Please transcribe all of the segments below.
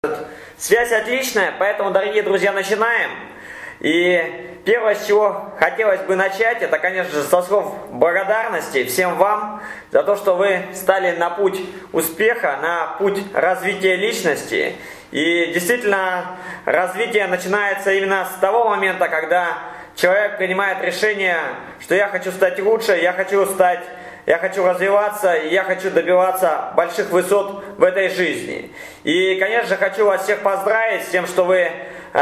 Связь отличная, поэтому, дорогие друзья, начинаем. И первое, с чего хотелось бы начать, это, конечно же, со слов благодарности всем вам за то, что вы стали на путь успеха, на путь развития личности. И действительно, развитие начинается именно с того момента, когда человек принимает решение, что я хочу стать лучше, я хочу развиваться, и я хочу добиваться больших высот в этой жизни. И, конечно же, хочу вас всех поздравить с тем, что вы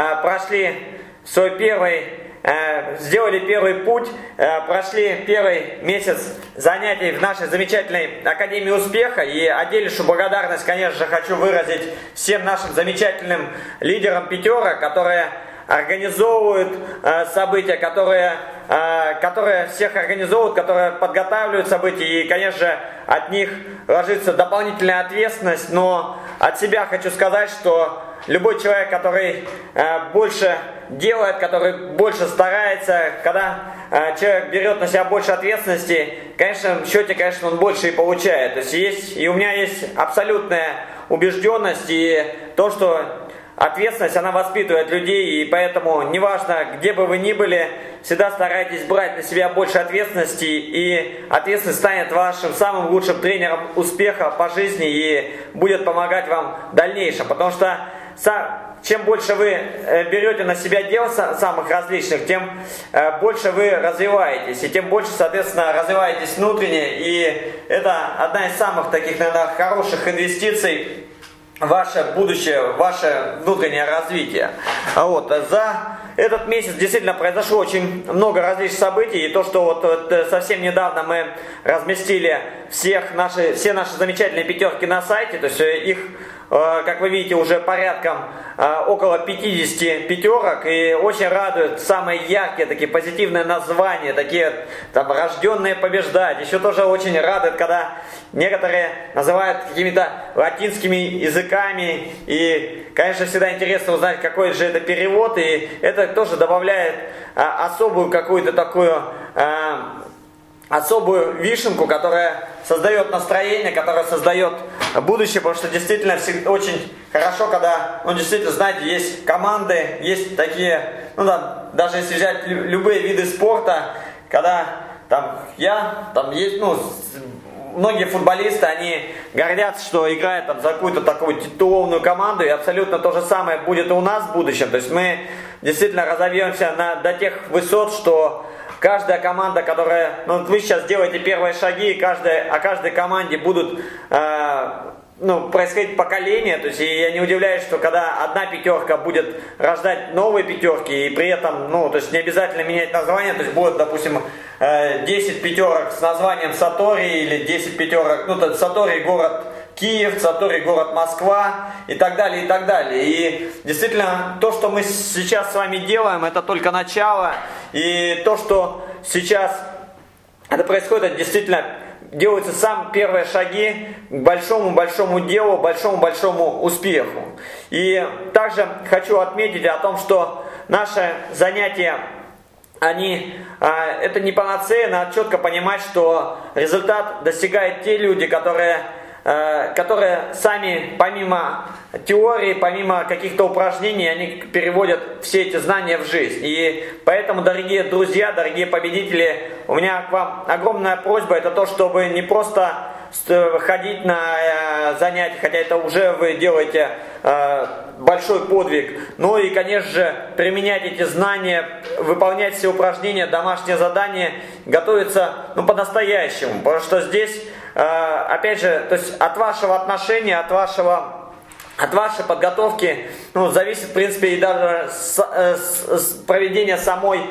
сделали первый путь, прошли первый месяц занятий в нашей замечательной Академии Успеха. И отдельнейшую благодарность, конечно же, хочу выразить всем нашим замечательным лидерам пятерок, которые организовывают события, которые всех организовывают, которые подготавливают события. И, конечно же, от них ложится дополнительная ответственность. Но от себя хочу сказать, что любой человек, который больше делает, который больше старается, когда человек берет на себя больше ответственности, в конечном счете, конечно, он больше и получает. То есть у меня есть абсолютная убежденность и то, что ответственность, она воспитывает людей, и поэтому, неважно, где бы вы ни были, всегда старайтесь брать на себя больше ответственности, и ответственность станет вашим самым лучшим тренером успеха по жизни и будет помогать вам в дальнейшем. Потому что чем больше вы берете на себя дел самых различных, тем больше вы развиваетесь, и тем больше, соответственно, развиваетесь внутренне, и это одна из самых таких, наверное, хороших инвестиций в ваше будущее, в ваше внутреннее развитие. За этот месяц действительно произошло очень много различных событий, и то, что совсем недавно мы разместили все наши замечательные пятерки на сайте, то есть их, как вы видите, уже порядком около 50 пятерок, и очень радуют самые яркие, такие позитивные названия, такие там «Рожденные побеждать». Еще тоже очень радует, когда некоторые называют какими-то латинскими языками, и, конечно, всегда интересно узнать, какой же это перевод, и это тоже добавляет особую какую-то такую особую вишенку, которая создает настроение, которая создает будущее, потому что действительно очень хорошо, когда, действительно, знаете, есть команды, есть такие, даже если взять любые виды спорта, когда есть, многие футболисты, они гордятся, что играют за какую-то такую титулованную команду, и абсолютно то же самое будет и у нас в будущем. То есть мы действительно разовьемся до тех высот, что каждая команда, которая, вы сейчас делаете первые шаги, и каждой команде будут происходить поколения, то есть и я не удивляюсь, что когда одна пятерка будет рождать новые пятерки, и при этом, то есть не обязательно менять название, то есть будет, допустим, 10 пятерок с названием Сатори, или 10 пятерок, Сатори город Киев, Сатори город Москва, и так далее, и так далее. И действительно, то, что мы сейчас с вами делаем, это только начало, и то, что сейчас это происходит, это действительно делаются самые первые шаги к большому-большому делу, большому-большому успеху. И также хочу отметить о том, что наши занятия, это не панацея, надо четко понимать, что результат достигают те люди, которые сами, помимо теории, помимо каких-то упражнений, они переводят все эти знания в жизнь. И поэтому, дорогие друзья, дорогие победители, у меня к вам огромная просьба, это то, чтобы не просто ходить на занятия, хотя это уже вы делаете большой подвиг, но и, конечно же, применять эти знания, выполнять все упражнения, домашние задания, готовиться по-настоящему, потому что здесь опять же, то есть от вашего отношения, от вашей подготовки, зависит, в принципе, и даже с проведения самого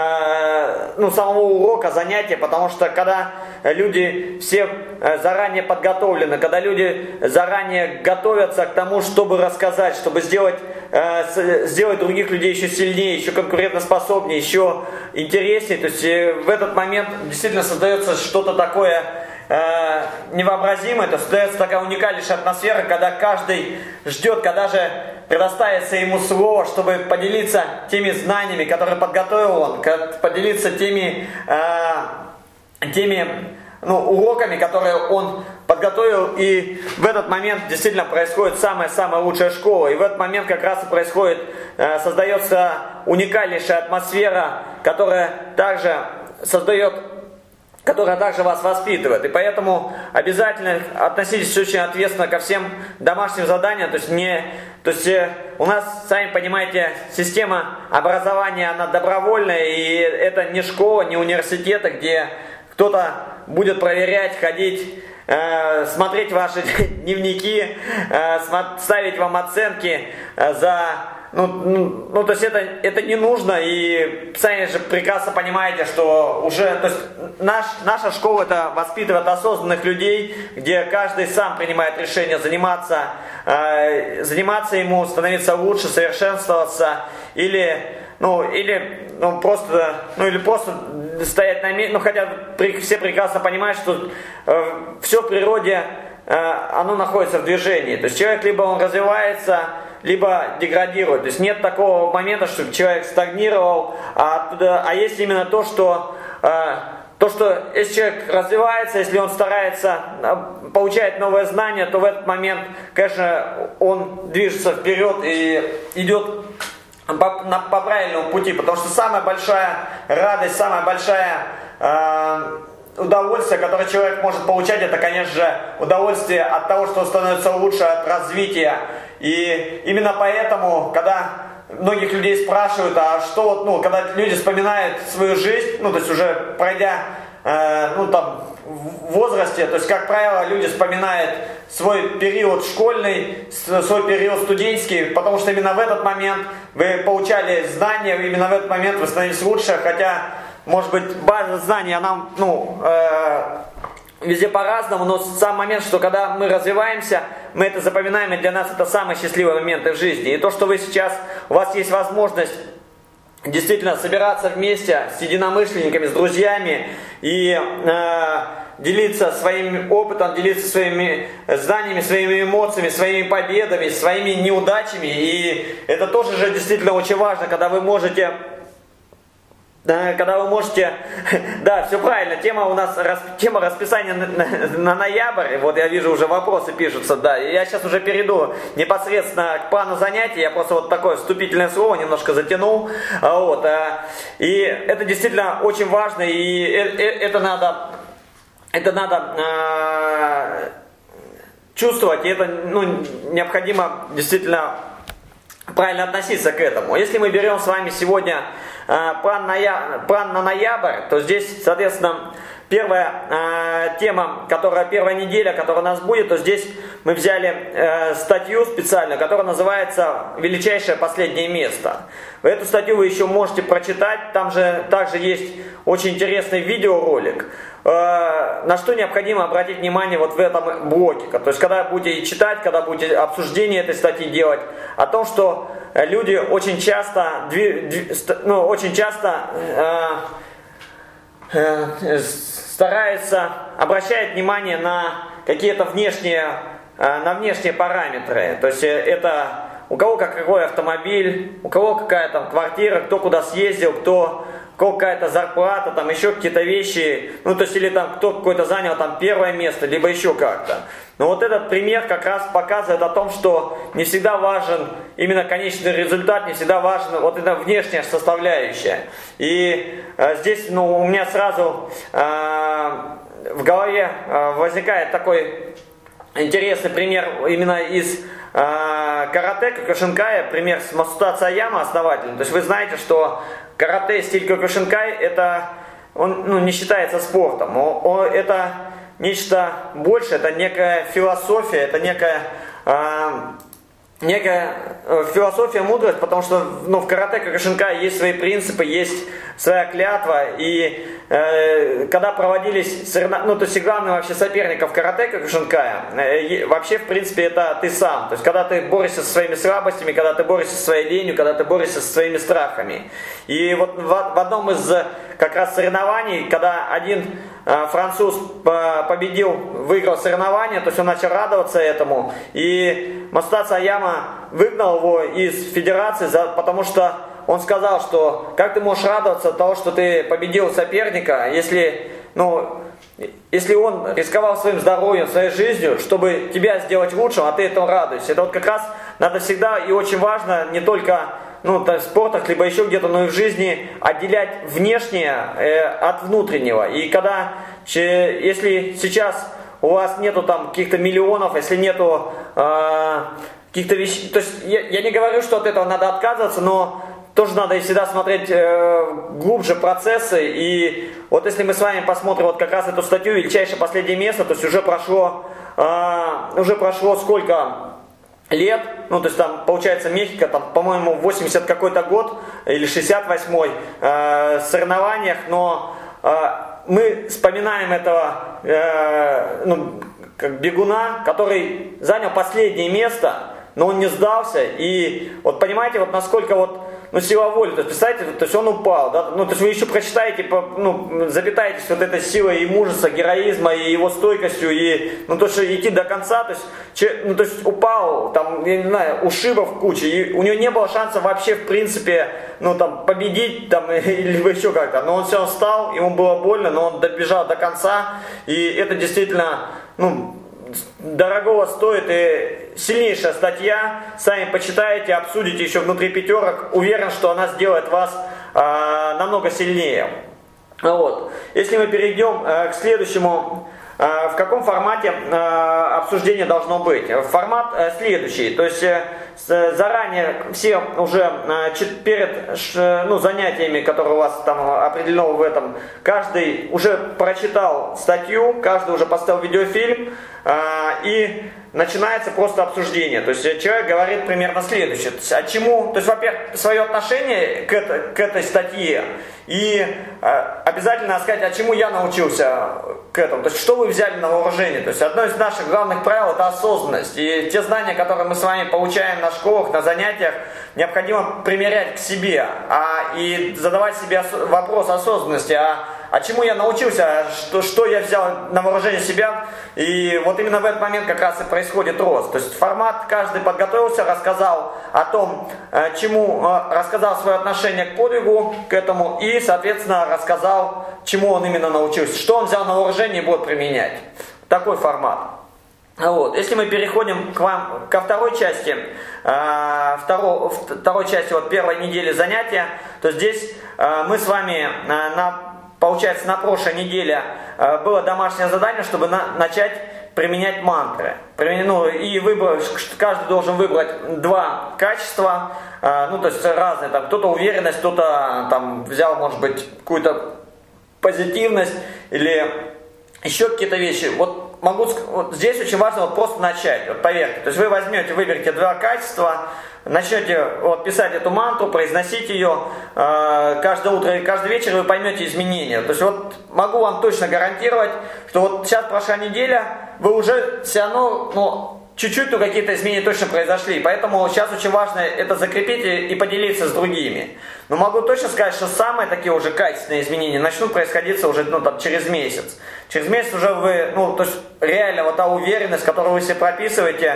урока, занятия, потому что когда люди все заранее подготовлены, когда люди заранее готовятся к тому, чтобы рассказать, чтобы сделать других людей еще сильнее, еще конкурентоспособнее, еще интереснее, то есть в этот момент действительно создается что-то такое невообразимое, то создается такая уникальнейшая атмосфера, когда каждый ждет, когда же предоставится ему слово, чтобы поделиться теми знаниями, которые подготовил он, поделиться теми уроками, которые он подготовил, и в этот момент действительно происходит самая-самая лучшая школа. И в этот момент как раз и происходит, создается уникальнейшая атмосфера, которая также вас воспитывает. И поэтому обязательно относитесь очень ответственно ко всем домашним заданиям. То есть у нас, сами понимаете, система образования, она добровольная, и это не школа, не университеты, где кто-то будет проверять, ходить, смотреть ваши дневники, ставить вам оценки за... то есть это не нужно, и сами же прекрасно понимаете, что уже, то есть наша школа это воспитывает осознанных людей, где каждый сам принимает решение заниматься ему, становиться лучше, совершенствоваться, или просто стоять на месте, хотя все прекрасно понимают, что все в природе, оно находится в движении, то есть человек либо он развивается, либо деградирует. То есть нет такого момента, чтобы человек стагнировал, а есть именно то, что если человек развивается, если он старается получать новые знания, то в этот момент, конечно, он движется вперед и идет по правильному пути, потому что самая большая радость, самая большая удовольствие, которое человек может получать, это, конечно же, удовольствие от того, что он становится лучше, от развития. И именно поэтому, когда многих людей спрашивают, когда люди вспоминают свою жизнь, то есть уже пройдя, в возрасте, то есть, как правило, люди вспоминают свой период школьный, свой период студенческий, потому что именно в этот момент вы получали знания, именно в этот момент вы становились лучше, хотя, может быть, база знаний, она, везде по-разному, но сам момент, что когда мы развиваемся, мы это запоминаем, и для нас это самые счастливые моменты в жизни. И то, что вы сейчас, у вас есть возможность действительно собираться вместе с единомышленниками, с друзьями и делиться своим опытом, делиться своими знаниями, своими эмоциями, своими победами, своими неудачами. И это тоже же действительно очень важно, когда вы можете... Да, все правильно, тема расписания на ноябрь, вот я вижу уже вопросы пишутся, да, и я сейчас уже перейду непосредственно к плану занятий, я просто вот такое вступительное слово немножко затянул, и это действительно очень важно, и это надо чувствовать, и это необходимо действительно правильно относиться к этому. Если мы берем с вами сегодня план на ноябрь, то здесь, соответственно, первая тема, первая неделя, которая у нас будет, то здесь мы взяли статью специальную, которая называется «Величайшее последнее место». Эту статью вы еще можете прочитать, там же также есть очень интересный видеоролик, на что необходимо обратить внимание вот в этом блоке. То есть, когда будете читать, когда будете обсуждение этой статьи делать, о том, что люди очень часто стараются, обращают внимание на какие-то внешние параметры. То есть, это у кого какой автомобиль, у кого какая там квартира, кто куда съездил, кто какая-то зарплата, там еще какие-то вещи, то есть или там кто какой-то занял там первое место, либо еще как-то. Но вот этот пример как раз показывает о том, что не всегда важен именно конечный результат, не всегда важна вот эта внешняя составляющая. И здесь, у меня сразу в голове возникает такой интересный пример именно из карате Кёкушинкай, пример с Масудо Саяма, основателем. То есть вы знаете, что карате стиль Кёкушинкай, он не считается спортом. Это нечто большее, это некая философия, это некая философия, мудрость, потому что в карате Кёкушинкай есть свои принципы, есть своя клятва, и когда проводились соревнования, то есть главный вообще соперников карате Кёкушинкая, вообще в принципе это ты сам, то есть когда ты борешься со своими слабостями, когда ты борешься со своей ленью, когда ты борешься со своими страхами. И вот в одном из как раз соревнований, когда один француз выиграл соревнование, то есть он начал радоваться этому, и Масудо Саяма выгнал его из федерации, потому что он сказал, что как ты можешь радоваться от того, что ты победил соперника, если если он рисковал своим здоровьем, своей жизнью, чтобы тебя сделать лучшим, а ты этому радуешься. Это вот как раз надо всегда и очень важно не только в спортах, либо еще где-то, но и в жизни отделять внешнее от внутреннего. И если сейчас у вас нету там каких-то миллионов, если нету каких-то вещей, то есть я не говорю, что от этого надо отказываться, но тоже надо всегда смотреть глубже процессы. И вот если мы с вами посмотрим вот как раз эту статью «Величайшее последнее место», то есть уже прошло сколько лет, то есть там получается Мехико, там, по-моему, 80 какой-то год или 68-й в соревнованиях, но мы вспоминаем этого как бегуна, который занял последнее место, но он не сдался. И вот понимаете, вот насколько сила воли, то есть представьте, то есть он упал, да, то есть вы еще прочитаете, запитаетесь вот этой силой и мужества, героизма, и его стойкостью, и, то, что идти до конца, то есть упал, там, я не знаю, ушибов куча, и у него не было шанса вообще, в принципе, победить, там, либо еще как-то, но он все равно встал, ему было больно, но он добежал до конца, и это действительно, дорогого стоит, и сильнейшая статья, сами почитаете, обсудите еще внутри пятерок, уверен, что она сделает вас намного сильнее. Вот. Если мы перейдем к следующему, в каком формате обсуждение должно быть? Формат следующий, то есть заранее все уже перед занятиями, которые у вас там определено в этом, каждый уже прочитал статью, каждый уже поставил видеофильм, и начинается просто обсуждение. То есть человек говорит примерно следующее. То есть, во-первых, свое отношение к этой статье, и обязательно сказать, а чему я научился к этому. То есть, что вы взяли на вооружение. То есть, одно из наших главных правил – это осознанность. И те знания, которые мы с вами получаем на школах, на занятиях, необходимо примерять к себе. И задавать себе вопрос осознанности. А чему я научился, что я взял на вооружение себя. И вот именно в этот момент как раз и происходит рост. То есть формат, каждый подготовился, рассказал о том, рассказал свое отношение к подвигу, к этому, и, соответственно, рассказал, чему он именно научился, что он взял на вооружение и будет применять. Такой формат. Вот. Если мы переходим ко второй части, второй части первой недели занятия, то здесь мы с вами получается, на прошлой неделе было домашнее задание, чтобы начать применять мантры. И каждый должен выбрать два качества, то есть разные. Там, кто-то уверенность, кто-то там взял, может быть, какую-то позитивность или еще какие-то вещи. Вот здесь очень важно просто начать, поверьте. То есть вы выберете два качества, начнете писать эту мантру, произносить ее каждое утро и каждый вечер, вы поймете изменения. То есть могу вам точно гарантировать, что сейчас прошла неделя, вы уже все равно, чуть-чуть, какие-то изменения точно произошли. Поэтому сейчас очень важно это закрепить и поделиться с другими. Но могу точно сказать, что самые такие уже качественные изменения начнут происходить уже через месяц. Через месяц уже вы, то есть реально та уверенность, которую вы себе прописываете,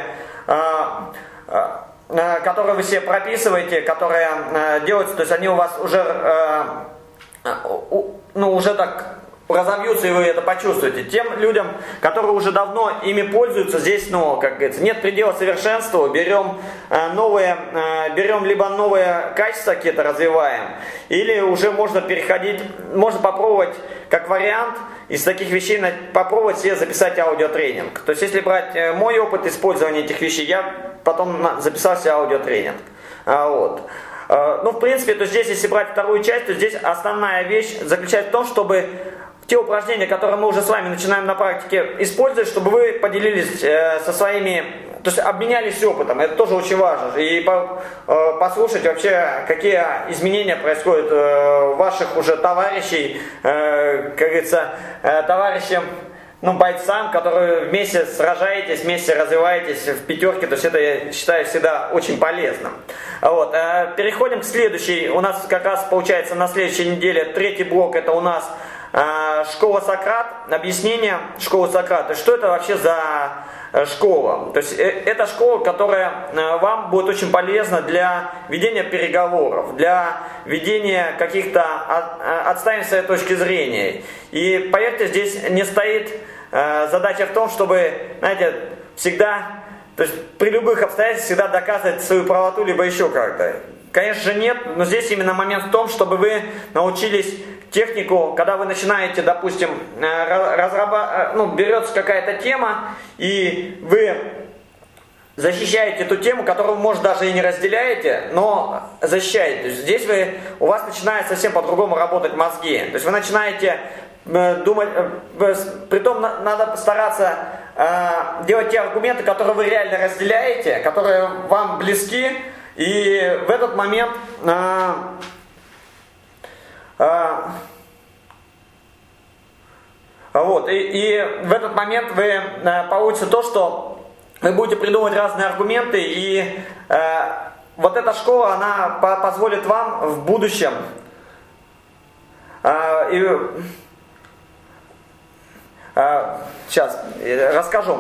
которая делается, то есть они у вас уже так разовьются, и вы это почувствуете. Тем людям, которые уже давно ими пользуются, здесь, как говорится, нет предела совершенству, берем либо новые качества какие-то развиваем, или уже можно попробовать как вариант из таких вещей попробовать себе записать аудиотренинг. То есть, если брать мой опыт использования этих вещей, я потом записал себе аудиотренинг. В принципе, то здесь, если брать вторую часть, то здесь основная вещь заключается в том, чтобы те упражнения, которые мы уже с вами начинаем на практике использовать, чтобы вы поделились со своими, то есть обменялись опытом. Это тоже очень важно. И послушать вообще, какие изменения происходят у ваших уже товарищей, как говорится, товарищам, бойцам, которые вместе сражаетесь, вместе развиваетесь в пятерке. То есть это, я считаю, всегда очень полезным. Переходим к следующей. У нас как раз получается на следующей неделе третий блок. Это у нас Школа Сократ, объяснение Школы Сократа. Что это вообще за школа. То есть это школа, которая вам будет очень полезна для ведения переговоров, для ведения каких-то отстаивания своей точки зрения. И поверьте, здесь не стоит задача в том, чтобы, знаете, всегда, то есть при любых обстоятельствах всегда доказывать свою правоту, либо еще как-то. Конечно же нет, но здесь именно момент в том, чтобы вы научились технику, когда вы начинаете, допустим, берется какая-то тема, и вы защищаете эту тему, которую, может, даже и не разделяете, но защищаете. То есть здесь у вас начинает совсем по-другому работать мозги. То есть вы начинаете думать, притом надо постараться делать те аргументы, которые вы реально разделяете, которые вам близки, и в этот момент и в этот момент вы получится то, что вы будете придумывать разные аргументы, и вот эта школа, она позволит вам в будущем сейчас расскажу.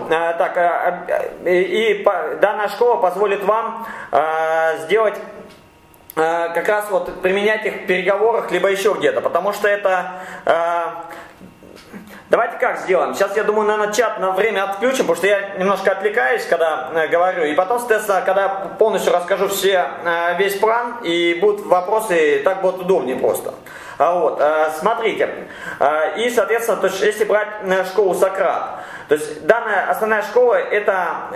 Данная школа позволит вам сделать как раз вот применять их в переговорах, либо еще где-то, потому что это давайте как сделаем? Сейчас, я думаю, наверное, чат на время отключим, потому что я немножко отвлекаюсь, когда говорю. И потом, соответственно, когда полностью расскажу весь план, и будут вопросы, так будет удобнее просто. Смотрите. И, соответственно, то есть, если брать школу Сократ, то есть данная основная школа, это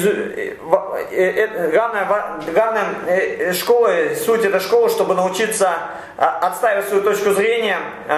главная школа, суть этой школы, чтобы научиться отстаивать свою точку зрения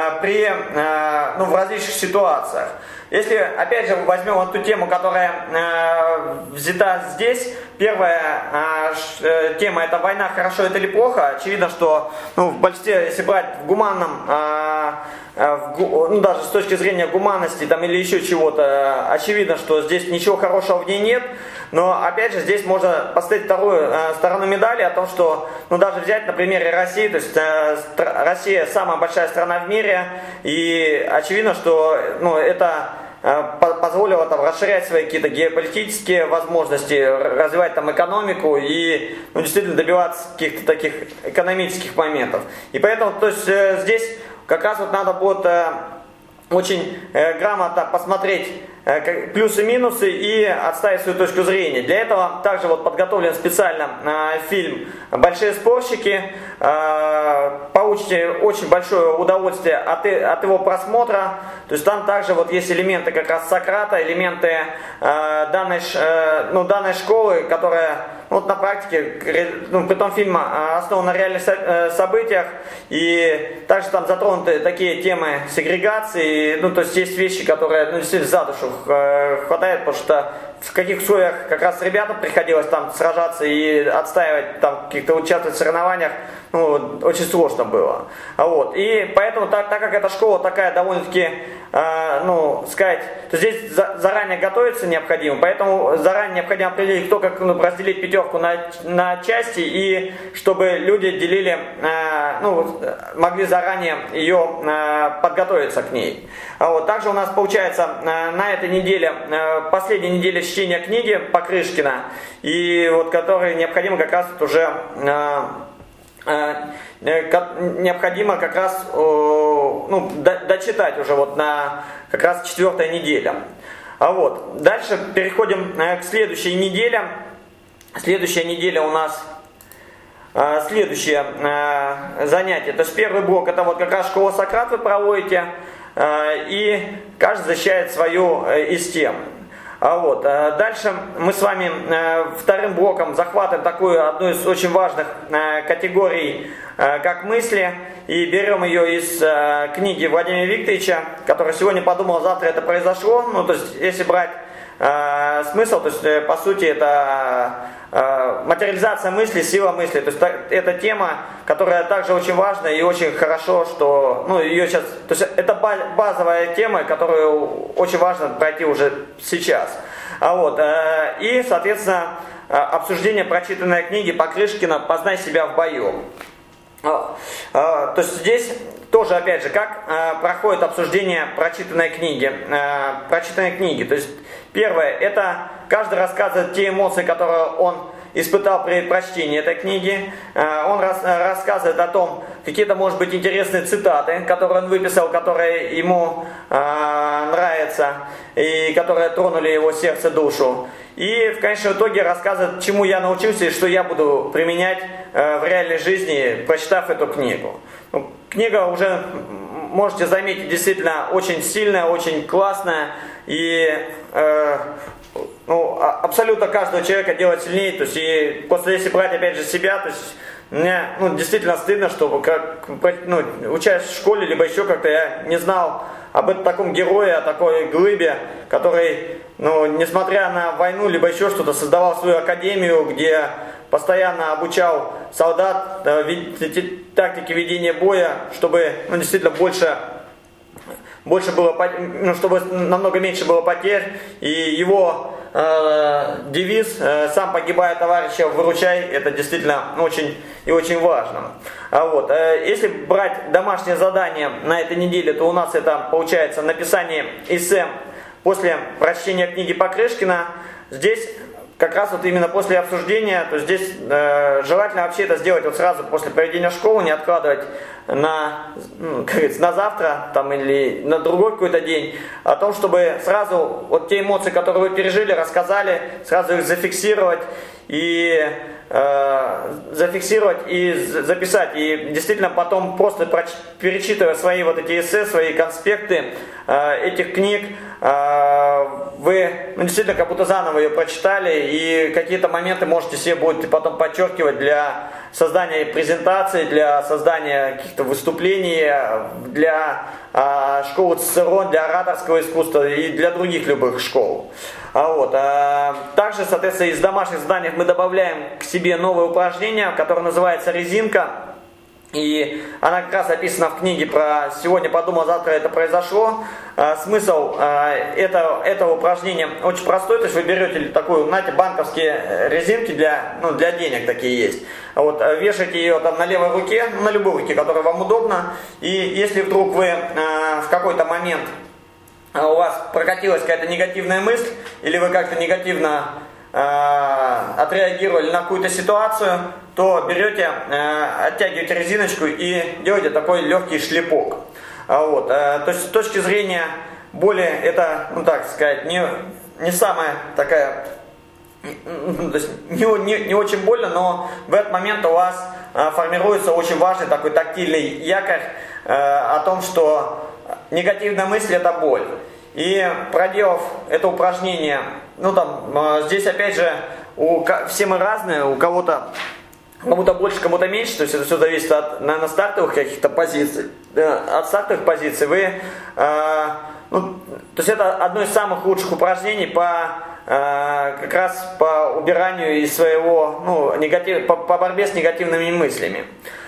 в различных ситуациях. Если, опять же, возьмем вот ту тему, которая взята здесь, первая тема — это война, хорошо это или плохо. Очевидно, что в большинстве, если брать в гуманном, даже с точки зрения гуманности там, или еще чего-то, очевидно, что здесь ничего хорошего в ней нет. Но, опять же, здесь можно поставить вторую сторону медали о том, что, даже взять на примере России, то есть Россия самая большая страна в мире, и очевидно, что это позволило там расширять свои какие-то геополитические возможности, развивать там экономику и действительно добиваться каких-то таких экономических моментов. И поэтому, то есть здесь как раз вот надо будет очень грамотно посмотреть плюсы и минусы и отставить свою точку зрения. Для этого также вот подготовлен специально фильм «Большие спорщики». Получите очень большое удовольствие от его просмотра. То есть там также вот есть элементы как раз Сократа, элементы данной школы, которая на практике, притом фильм основан на реальных событиях, и также там затронуты такие темы сегрегации, то есть есть вещи, которые действительно за душу хватает, потому что в каких условиях как раз ребятам приходилось там сражаться и отстаивать, там каких-то участвовать в соревнованиях, очень сложно было. И поэтому, так как эта школа такая довольно-таки, то здесь заранее готовиться необходимо, поэтому заранее необходимо определить, кто как разделить пятерку на части, и чтобы люди делили, могли заранее ее подготовиться к ней. Также у нас получается на этой неделе, последняя неделя чтения книги Покрышкина, и которой необходимо как раз уже необходимо как раз дочитать уже на как раз 4-я неделя. Дальше переходим к следующей неделе. Следующая неделя у нас следующее занятие. То есть первый блок — это вот как раз школа Сократ вы проводите, и каждый защищает свою из тем. Дальше мы с вами вторым блоком захватываем одну из очень важных категорий, как мысли, и берем ее из книги Владимира Викторовича, который сегодня подумал, завтра это произошло. То есть, если брать смысл, то есть, по сути, это материализация мысли, сила мысли. То есть, это тема, которая также очень важна, и очень хорошо, что ее сейчас. То есть, это базовая тема, которую очень важно пройти уже сейчас. И, соответственно, обсуждение прочитанной книги Покрышкина «Познай себя в бою». То есть здесь тоже, опять же, как проходит обсуждение прочитанной книги. То есть Первое, это каждый рассказывает те эмоции, которые он испытал при прочтении этой книги. Он рассказывает о том, какие-то, может быть, интересные цитаты, которые он выписал, которые ему нравятся и которые тронули его сердце, душу. И в конечном итоге рассказывает, чему я научился и что я буду применять в реальной жизни, прочитав эту книгу. Книга уже, можете заметить, действительно очень сильная, очень классная и абсолютно каждого человека делает сильнее. То есть, и после, если брать опять же себя, то есть мне действительно стыдно, что учась в школе, либо еще как-то я не знал об этом таком герое, о такой глыбе, который, несмотря на войну, либо еще что-то, создавал свою академию, где постоянно обучал солдат тактике ведения боя, чтобы действительно больше было, чтобы намного меньше было потерь. И его девиз «Сам погибая, товарища выручай» это действительно очень и очень важно. Если брать домашнее задание на этой неделе, то у нас это получается написание эссе после прочтения книги Покрышкина. Здесь как раз именно после обсуждения, то здесь желательно вообще это сделать сразу после проведения школы, не откладывать на завтра или на другой какой-то день, о том, чтобы сразу те эмоции, которые вы пережили, рассказали, сразу их зафиксировать и записать. И действительно потом просто перечитывая свои эти эссе, свои конспекты этих книг, вы действительно как будто заново ее прочитали, и какие-то моменты можете себе будете потом подчеркивать для создания презентаций, для создания каких-то выступлений, для школы ЦСРО, для ораторского искусства и для других любых школ. Также, соответственно, из домашних заданий мы добавляем к себе новое упражнение, которое называется «Резинка». И она как раз описана в книге про «Сегодня подумал, завтра это произошло». Смысл этого упражнения очень простой. То есть вы берете такую, банковские резинки для денег такие есть. Вешаете ее на левой руке, на любой руке, которая вам удобна. И если вдруг вы в какой-то момент у вас прокатилась какая-то негативная мысль, или вы как-то негативно отреагировали на какую-то ситуацию, то берете, оттягиваете резиночку и делаете такой легкий шлепок. То есть с точки зрения боли это, не самая такая, то есть не очень больно, но в этот момент у вас формируется очень важный такой тактильный якорь о том, что негативная мысль это боль. И проделав это упражнение, здесь опять же все мы разные, у кому-то больше, кому-то меньше, то есть это все зависит от, наверное, стартовых каких-то позиций. От стартовых позиций то есть это одно из самых лучших упражнений как раз по убиранию из своего, по борьбе с негативными мыслями.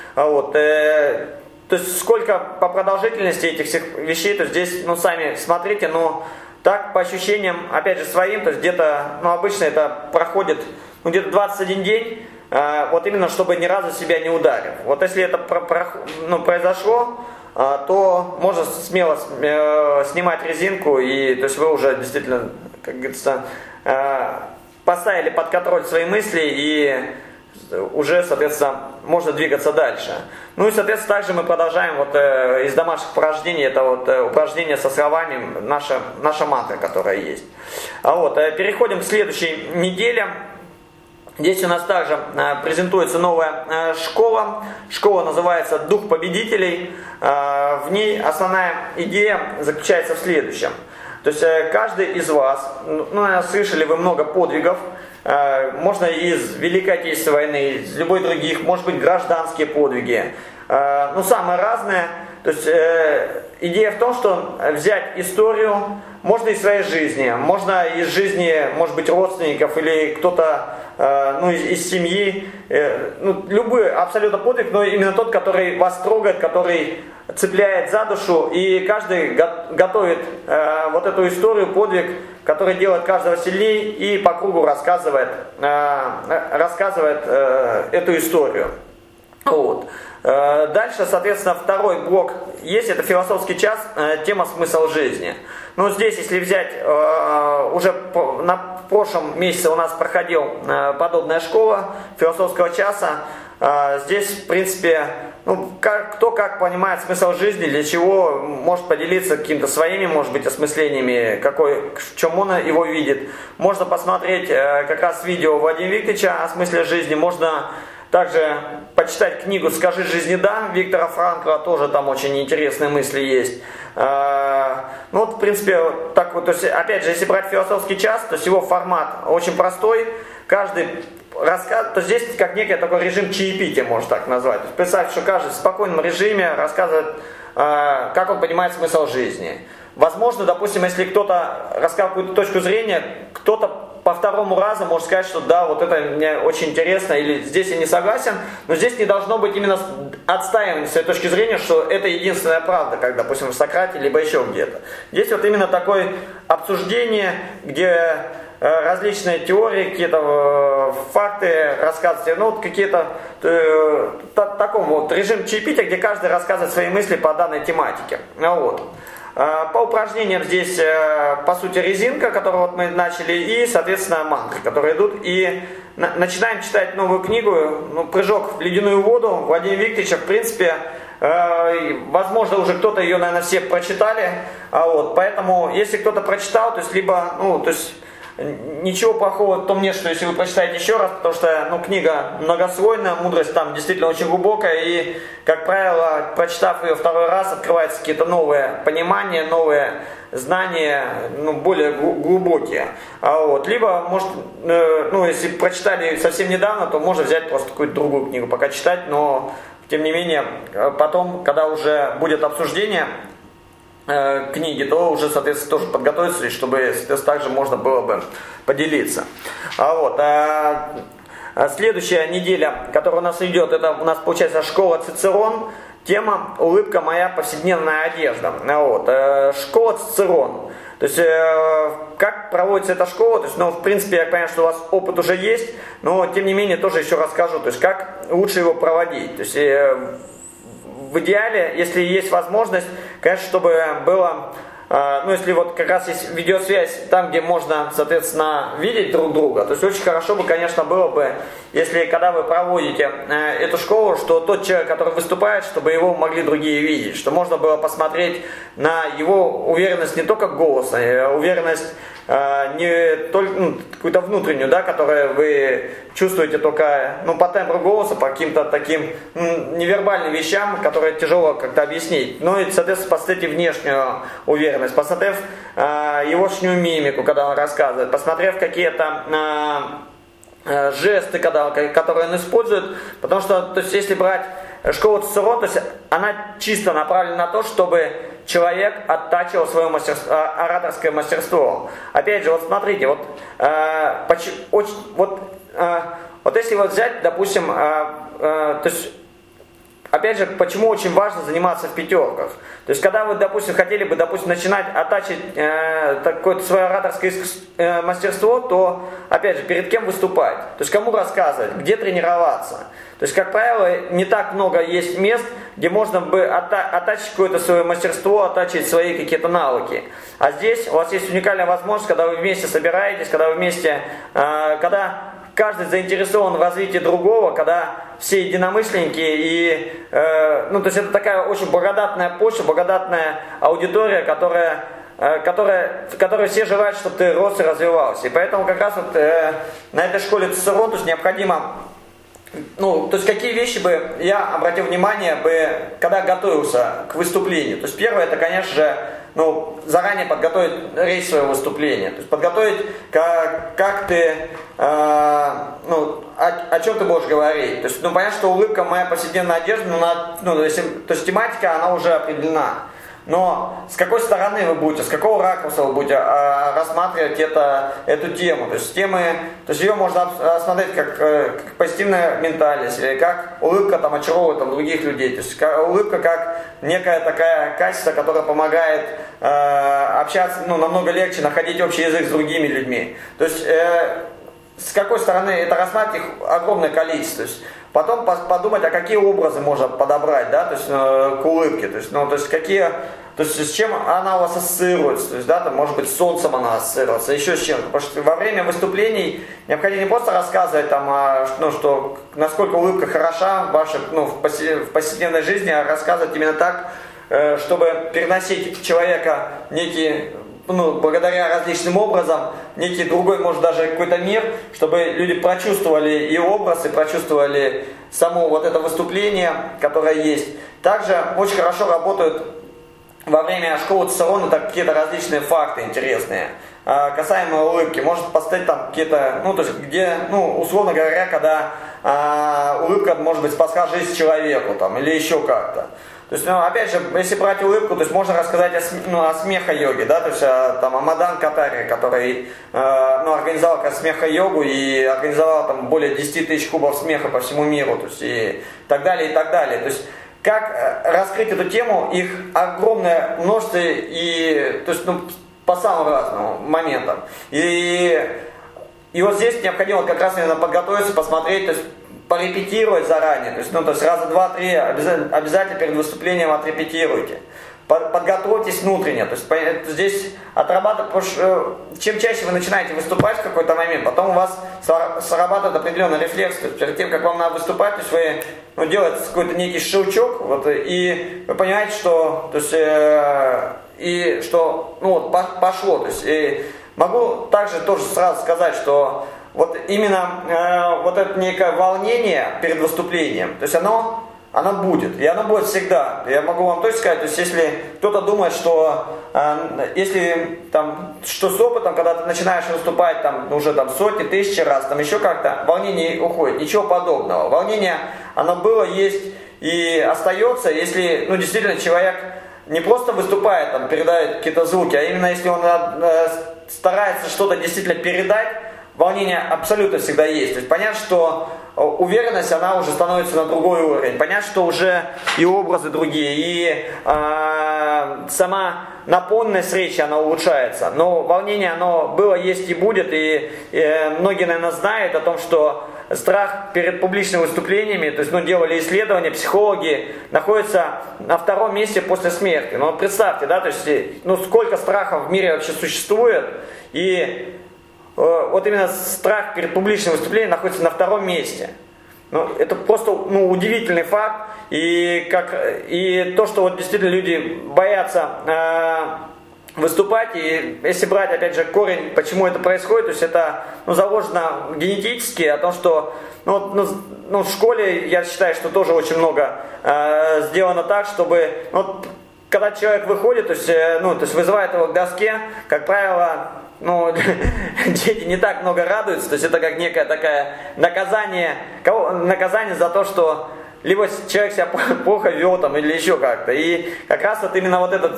То есть сколько по продолжительности этих всех вещей, то здесь, сами смотрите, так по ощущениям, опять же, своим, то есть где-то, обычно это проходит, где-то 21 день, именно чтобы ни разу себя не ударив. Если это произошло, то можно смело снимать резинку, и то есть вы уже действительно, как говорится, поставили под контроль свои мысли, и уже, соответственно, можно двигаться дальше. И, соответственно, также мы продолжаем из домашних упражнений, это упражнение со словами, наша мантра, которая есть. Переходим к следующей неделе. Здесь у нас также презентуется новая школа. Школа называется «Дух победителей». В ней основная идея заключается в следующем. То есть каждый из вас, слышали вы много подвигов, можно из Великой Отечественной войны, из любой других, может быть, гражданские подвиги. Самое разное. То есть идея в том, что взять историю можно из своей жизни, можно из жизни, может быть, родственников или кто-то из семьи, любой абсолютно подвиг, но именно тот, который вас трогает, который цепляет за душу, и каждый готовит эту историю, подвиг, который делает каждого сильнее и по кругу рассказывает эту историю. Вот. Дальше, соответственно, второй блок есть, это философский час, тема «Смысл жизни». Ну, здесь, если взять, уже на прошлом месяце у нас проходил подобная школа философского часа. Здесь, в принципе, ну, кто как понимает смысл жизни, для чего, может поделиться какими-то своими, может быть, осмыслениями, в чем он его видит. Можно посмотреть как раз видео Владимира Викторовича о смысле жизни, можно также почитать книгу «Скажи жизни да» Виктора Франкла, тоже там очень интересные мысли есть. Ну вот, в принципе, так вот, то есть, опять же, если брать философский час, то есть его формат очень простой, каждый рассказ, то здесь как некий такой режим чаепития, можно так назвать. То есть, представьте, что каждый в спокойном режиме рассказывает, как он понимает смысл жизни. Возможно, допустим, если кто-то рассказал какую-то точку зрения, кто-то по второму разу может сказать, что да, вот это мне очень интересно, или здесь я не согласен, но здесь не должно быть именно отстаивания своей точки зрения, что это единственная правда, как, допустим, в Сократе, либо еще где-то. Здесь вот именно такое обсуждение, где различные теории, какие-то факты рассказывают, ну вот какие-то таком вот режим чаепития, где каждый рассказывает свои мысли по данной тематике. Вот. По упражнениям здесь, по сути, резинка, которую вот мы начали, и, соответственно, мантры, которые идут. И начинаем читать новую книгу, ну, «Прыжок в ледяную воду» Владимира Викторовича. В принципе, возможно, уже кто-то ее, наверное, все прочитали. Вот, поэтому, если кто-то прочитал, то есть, либо, ну, то есть, ничего плохого в том нет, что если вы прочитаете еще раз, потому что, ну, книга многослойная, мудрость там действительно очень глубокая, и, как правило, прочитав ее второй раз, открываются какие-то новые понимания, новые знания, ну, более глубокие. Вот. Либо, может, ну, если прочитали совсем недавно, то можно взять просто какую-то другую книгу, пока читать, но, тем не менее, потом, когда уже будет обсуждение книги, то уже, соответственно, тоже подготовиться, чтобы, соответственно, также можно было бы поделиться. Вот. Следующая неделя, которая у нас идет, это у нас получается школа Цицерон. Тема «Улыбка моя повседневная одежда». Вот. Школа Цицерон. То есть, как проводится эта школа, то есть, ну, в принципе, я понимаю, что у вас опыт уже есть, но, тем не менее, тоже еще расскажу, то есть, как лучше его проводить. То есть, в идеале, если есть возможность, конечно, чтобы было, ну, если вот как раз есть видеосвязь там, где можно, соответственно, видеть друг друга, то есть очень хорошо бы, конечно, было бы, если когда вы проводите эту школу, что тот человек, который выступает, чтобы его могли другие видеть, что можно было посмотреть на его уверенность не только голоса, а уверенность не только, ну, какую-то внутреннюю, да, которую вы чувствуете только, ну, по тембру голоса, по каким-то таким невербальным вещам, которые тяжело как-то объяснить. Ну и, соответственно, посмотрите внешнюю уверенность, посмотрев егошнюю мимику, когда он рассказывает, посмотрев какие-то жесты, которые он использует, потому что, то есть, если брать школу Цицерон, то есть она чисто направлена на то, чтобы человек оттачивал свое ораторское мастерство. Опять же, вот смотрите, вот если вот взять, допустим, то есть, опять же, почему очень важно заниматься в пятерках. То есть, когда вы, допустим, хотели бы, допустим, начинать оттачивать какое-то свое ораторское мастерство, то, опять же, перед кем выступать? То есть, кому рассказывать, где тренироваться? То есть, как правило, не так много есть мест, где можно бы оттачивать какое-то свое мастерство, оттачивать свои какие-то навыки. А здесь у вас есть уникальная возможность, когда вы вместе собираетесь, когда вы вместе, когда каждый заинтересован в развитии другого, когда все единомышленники, и, ну, то есть это такая очень благодатная почва, благодатная аудитория, в которой все желают, чтобы ты рос и развивался. И поэтому как раз вот на этой школе Цицерон, то есть необходимо, ну, то есть какие вещи бы я обратил внимание, когда готовился к выступлению. То есть первое, это, конечно же, ну, заранее подготовить речь своего выступления. То есть подготовить, как ты, о чем ты будешь говорить. То есть, ну, понятно, что улыбка моя повседневная одежда, то есть тематика, она уже определена. Но с какой стороны вы будете, с какого ракурса вы будете рассматривать эту тему. То есть ее можно рассмотреть как позитивная ментальность, или как улыбка там очаровывает других людей. То есть улыбка как некая такая качество, которое помогает общаться, ну, намного легче, находить общий язык с другими людьми. То есть с какой стороны это рассматривать, их огромное количество. То есть Потом подумать, а какие образы можно подобрать, да, то есть к улыбке, то есть какие, то есть с чем она у вас ассоциируется, то есть, да, там, может быть, с солнцем она ассоциируется, еще с чем, потому что во время выступлений необходимо не просто рассказывать там, что насколько улыбка хороша в вашей, в повседневной жизни, а рассказывать именно так, чтобы переносить человека некий, благодаря различным образам, некий другой, может даже какой-то мир, чтобы люди прочувствовали и образ, и прочувствовали само вот это выступление, которое есть. Также очень хорошо работают во время школы Цицерона какие-то различные факты интересные, касаемо улыбки. Может поставить там какие-то, то есть где, условно говоря, когда улыбка, может быть, спасла жизнь человеку, там, или еще как-то. То есть, опять же, если брать улыбку, то есть можно рассказать о смеха-йоге, да, то есть о Мадан Катаре, который организовал как смеха-йогу и организовал там более 10 тысяч клубов смеха по всему миру, то есть и так далее, и так далее. То есть как раскрыть эту тему, их огромное множество, и, то есть, по самым разным моментам. И вот здесь необходимо как раз именно подготовиться, посмотреть, то есть порепетировать заранее, то есть раза два-три обязательно перед выступлением отрепетируйте. Подготовьтесь внутренне, то есть здесь отрабатывать, потому что чем чаще вы начинаете выступать в какой-то момент, потом у вас срабатывает определенный рефлекс, то есть перед тем, как вам надо выступать, то есть вы делаете какой-то некий щелчок, и вы понимаете, что, то есть, и что, пошло, то есть, и могу также тоже сразу сказать, что вот именно вот это некое волнение перед выступлением, то есть оно будет, и оно будет всегда. Я могу вам точно сказать, то есть если кто-то думает, что если там, что с опытом, когда ты начинаешь выступать там уже там сотни, тысячи раз, там еще как-то, волнение уходит, ничего подобного. Волнение, оно было, есть и остается, если действительно человек не просто выступает, там, передает какие-то звуки, а именно если он старается что-то действительно передать, волнение абсолютно всегда есть. То есть понятно, что уверенность, она уже становится на другой уровень. Понятно, что уже и образы другие, и сама наполненность речи, она улучшается. Но волнение, оно было, есть и будет. И многие, наверное, знают о том, что страх перед публичными выступлениями, то есть, делали исследования, психологи, находится на втором месте после смерти. Представьте, да, то есть, сколько страхов в мире вообще существует, и вот именно страх перед публичным выступлением находится на втором месте. Это просто удивительный факт. И то, что вот действительно люди боятся выступать, и если брать, опять же, корень, почему это происходит, то есть это заложено генетически, о том, что в школе, я считаю, что тоже очень много сделано так, чтобы когда человек выходит, то есть вызывает его к доске, как правило, дети не так много радуются, то есть это как некое такое наказание за то, что либо человек себя плохо вел там, или еще как-то. И как раз вот именно вот этот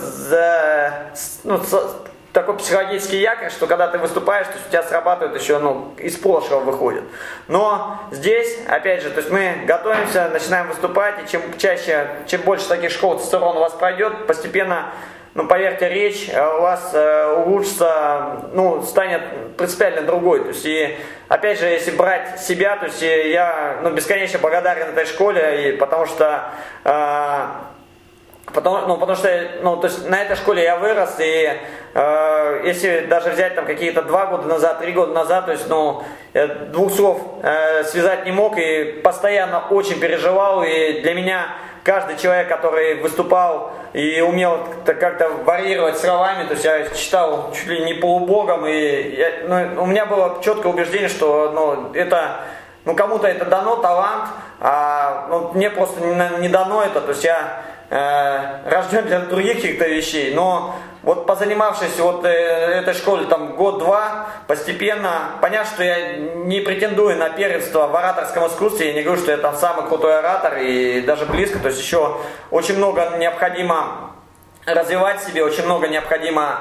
такой психологический якорь, что когда ты выступаешь, то есть у тебя срабатывает еще, из прошлого выходит. Но здесь, опять же, то есть мы готовимся, начинаем выступать, и чем чаще, чем больше таких школ Цицерона у вас пройдет, постепенно, поверьте, речь у вас улучшится, станет принципиально другой. То есть, и опять же, если брать себя, то есть я бесконечно благодарен этой школе, и потому что то есть на этой школе я вырос, и если даже взять там какие-то 2 года назад, 3 года назад, то есть, я 2 слов связать не мог, и постоянно очень переживал, и для меня каждый человек, который выступал и умел как-то варьировать словами, то есть я читал чуть ли не полубогом, и у меня было четкое убеждение, что это, кому-то это дано, талант, а мне просто не дано это, то есть я рожден для других каких-то вещей, но вот позанимавшись этой школе там год-два, постепенно, понятно, что я не претендую на первенство в ораторском искусстве, я не говорю, что я там самый крутой оратор и даже близко, то есть еще очень много необходимо развивать в себе, очень много необходимо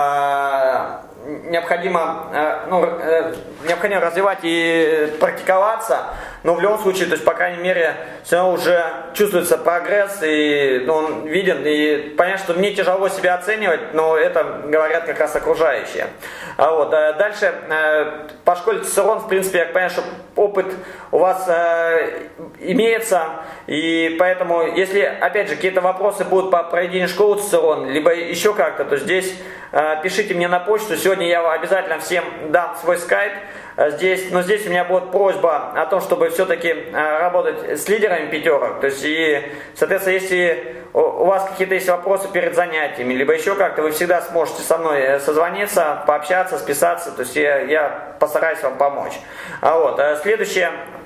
развивать и практиковаться, но в любом случае, то есть, по крайней мере, все равно уже чувствуется прогресс, и он виден, и понятно, что мне тяжело себя оценивать, но это говорят как раз окружающие. Дальше, по школе Цицерон, в принципе, я понимаю, что опыт у вас имеется, и поэтому, если, опять же, какие-то вопросы будут по проведению школы Цицерон, либо еще как-то, то здесь пишите мне на почту. Сегодня я обязательно всем дам свой скайп. Но здесь у меня будет просьба о том, чтобы все-таки работать с лидерами пятерок. То есть, и, соответственно, если у вас какие-то есть вопросы перед занятиями, либо еще как-то, вы всегда сможете со мной созвониться, пообщаться, списаться. То есть я постараюсь вам помочь. Следующий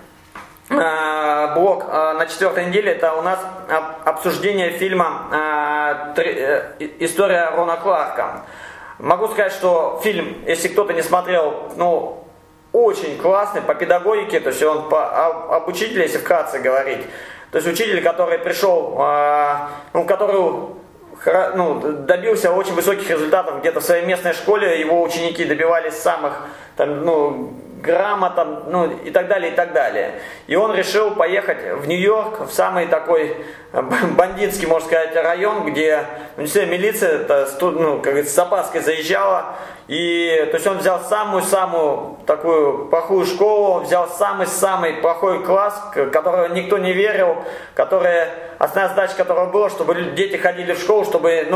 блок на 4-й неделе — это у нас обсуждение фильма «История Рона Кларка». Могу сказать, что фильм, если кто-то не смотрел, очень классный по педагогике, то есть он об учителе, если вкратце говорить. То есть учитель, который пришел, который добился очень высоких результатов где-то в своей местной школе, его ученики добивались самых грамот, и так далее, и так далее. И он решил поехать в Нью-Йорк, в самый такой бандитский, можно сказать, район, где милиция, как говорится, с опаской заезжала. И то есть он взял самую-самую такую плохую школу, взял самый-самый плохой класс, которого никто не верил, основная задача которого была, чтобы дети ходили в школу, чтобы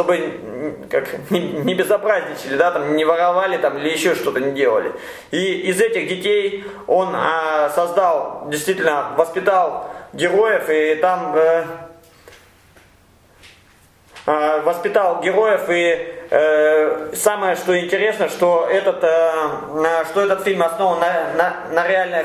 не безобразничали, не воровали или еще что-то не делали. И из этих детей он воспитал героев, и там самое, что интересно, что этот фильм основан на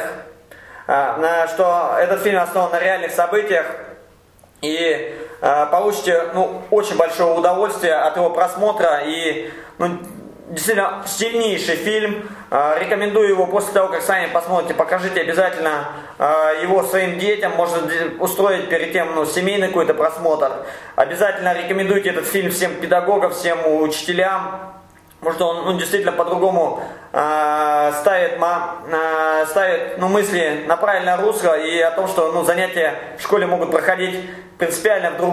реальных событиях, и получите очень большое удовольствие от его просмотра, и действительно сильнейший фильм. Рекомендую его после того, как сами посмотрите. Покажите обязательно его своим детям. Можно устроить перед тем семейный какой-то просмотр. Обязательно рекомендуйте этот фильм всем педагогам, всем учителям. Потому что он действительно по-другому ставит мысли на правильное русло, и о том, что занятия в школе могут проходить принципиально в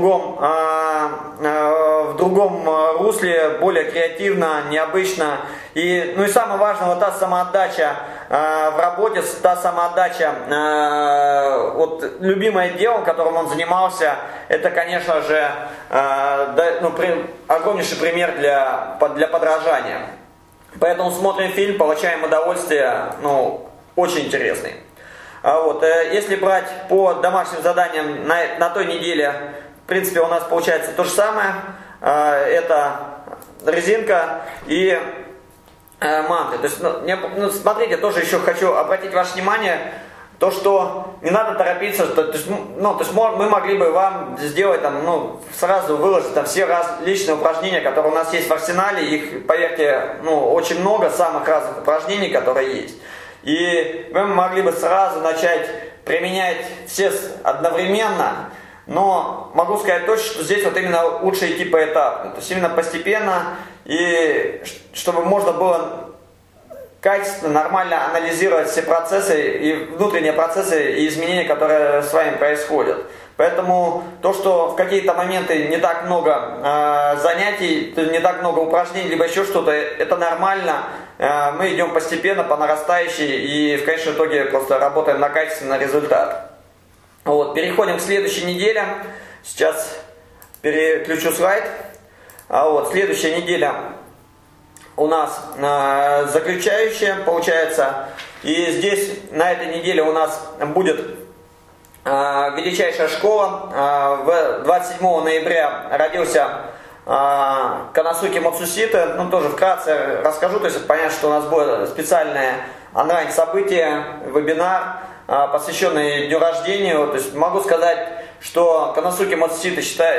другом русле, более креативно, необычно. И самое важное, та самоотдача в работе, та самоотдача, любимое дело, которым он занимался, это, конечно же, огромнейший пример для подражания. Поэтому смотрим фильм, получаем удовольствие, очень интересный. Если брать по домашним заданиям на той неделе, в принципе, у нас получается то же самое. Это резинка и манты. То есть, смотрите, тоже еще хочу обратить ваше внимание, то, что не надо торопиться, то есть мы могли бы вам сделать сразу выложить все различные упражнения, которые у нас есть в арсенале. Их, поверьте, очень много самых разных упражнений, которые есть. И мы могли бы сразу начать применять все одновременно, но могу сказать точно, что здесь именно лучше идти поэтапно, то есть именно постепенно, и чтобы можно было качественно, нормально анализировать все процессы и внутренние процессы и изменения, которые с вами происходят. Поэтому то, что в какие-то моменты не так много занятий, не так много упражнений, либо еще что-то, это нормально. Мы идем постепенно, по нарастающей, и в конечном итоге просто работаем на качественный результат. Переходим к следующей неделе. Сейчас переключу слайд. Следующая неделя у нас заключающая, получается. И здесь на этой неделе у нас будет величайшая школа. 27 ноября родился Канасуки Мацусита. Тоже вкратце расскажу, то есть понятно, что у нас было специальное онлайн-событие, вебинар, посвященный дню рождения. То есть могу сказать, что Канасуки Мацусита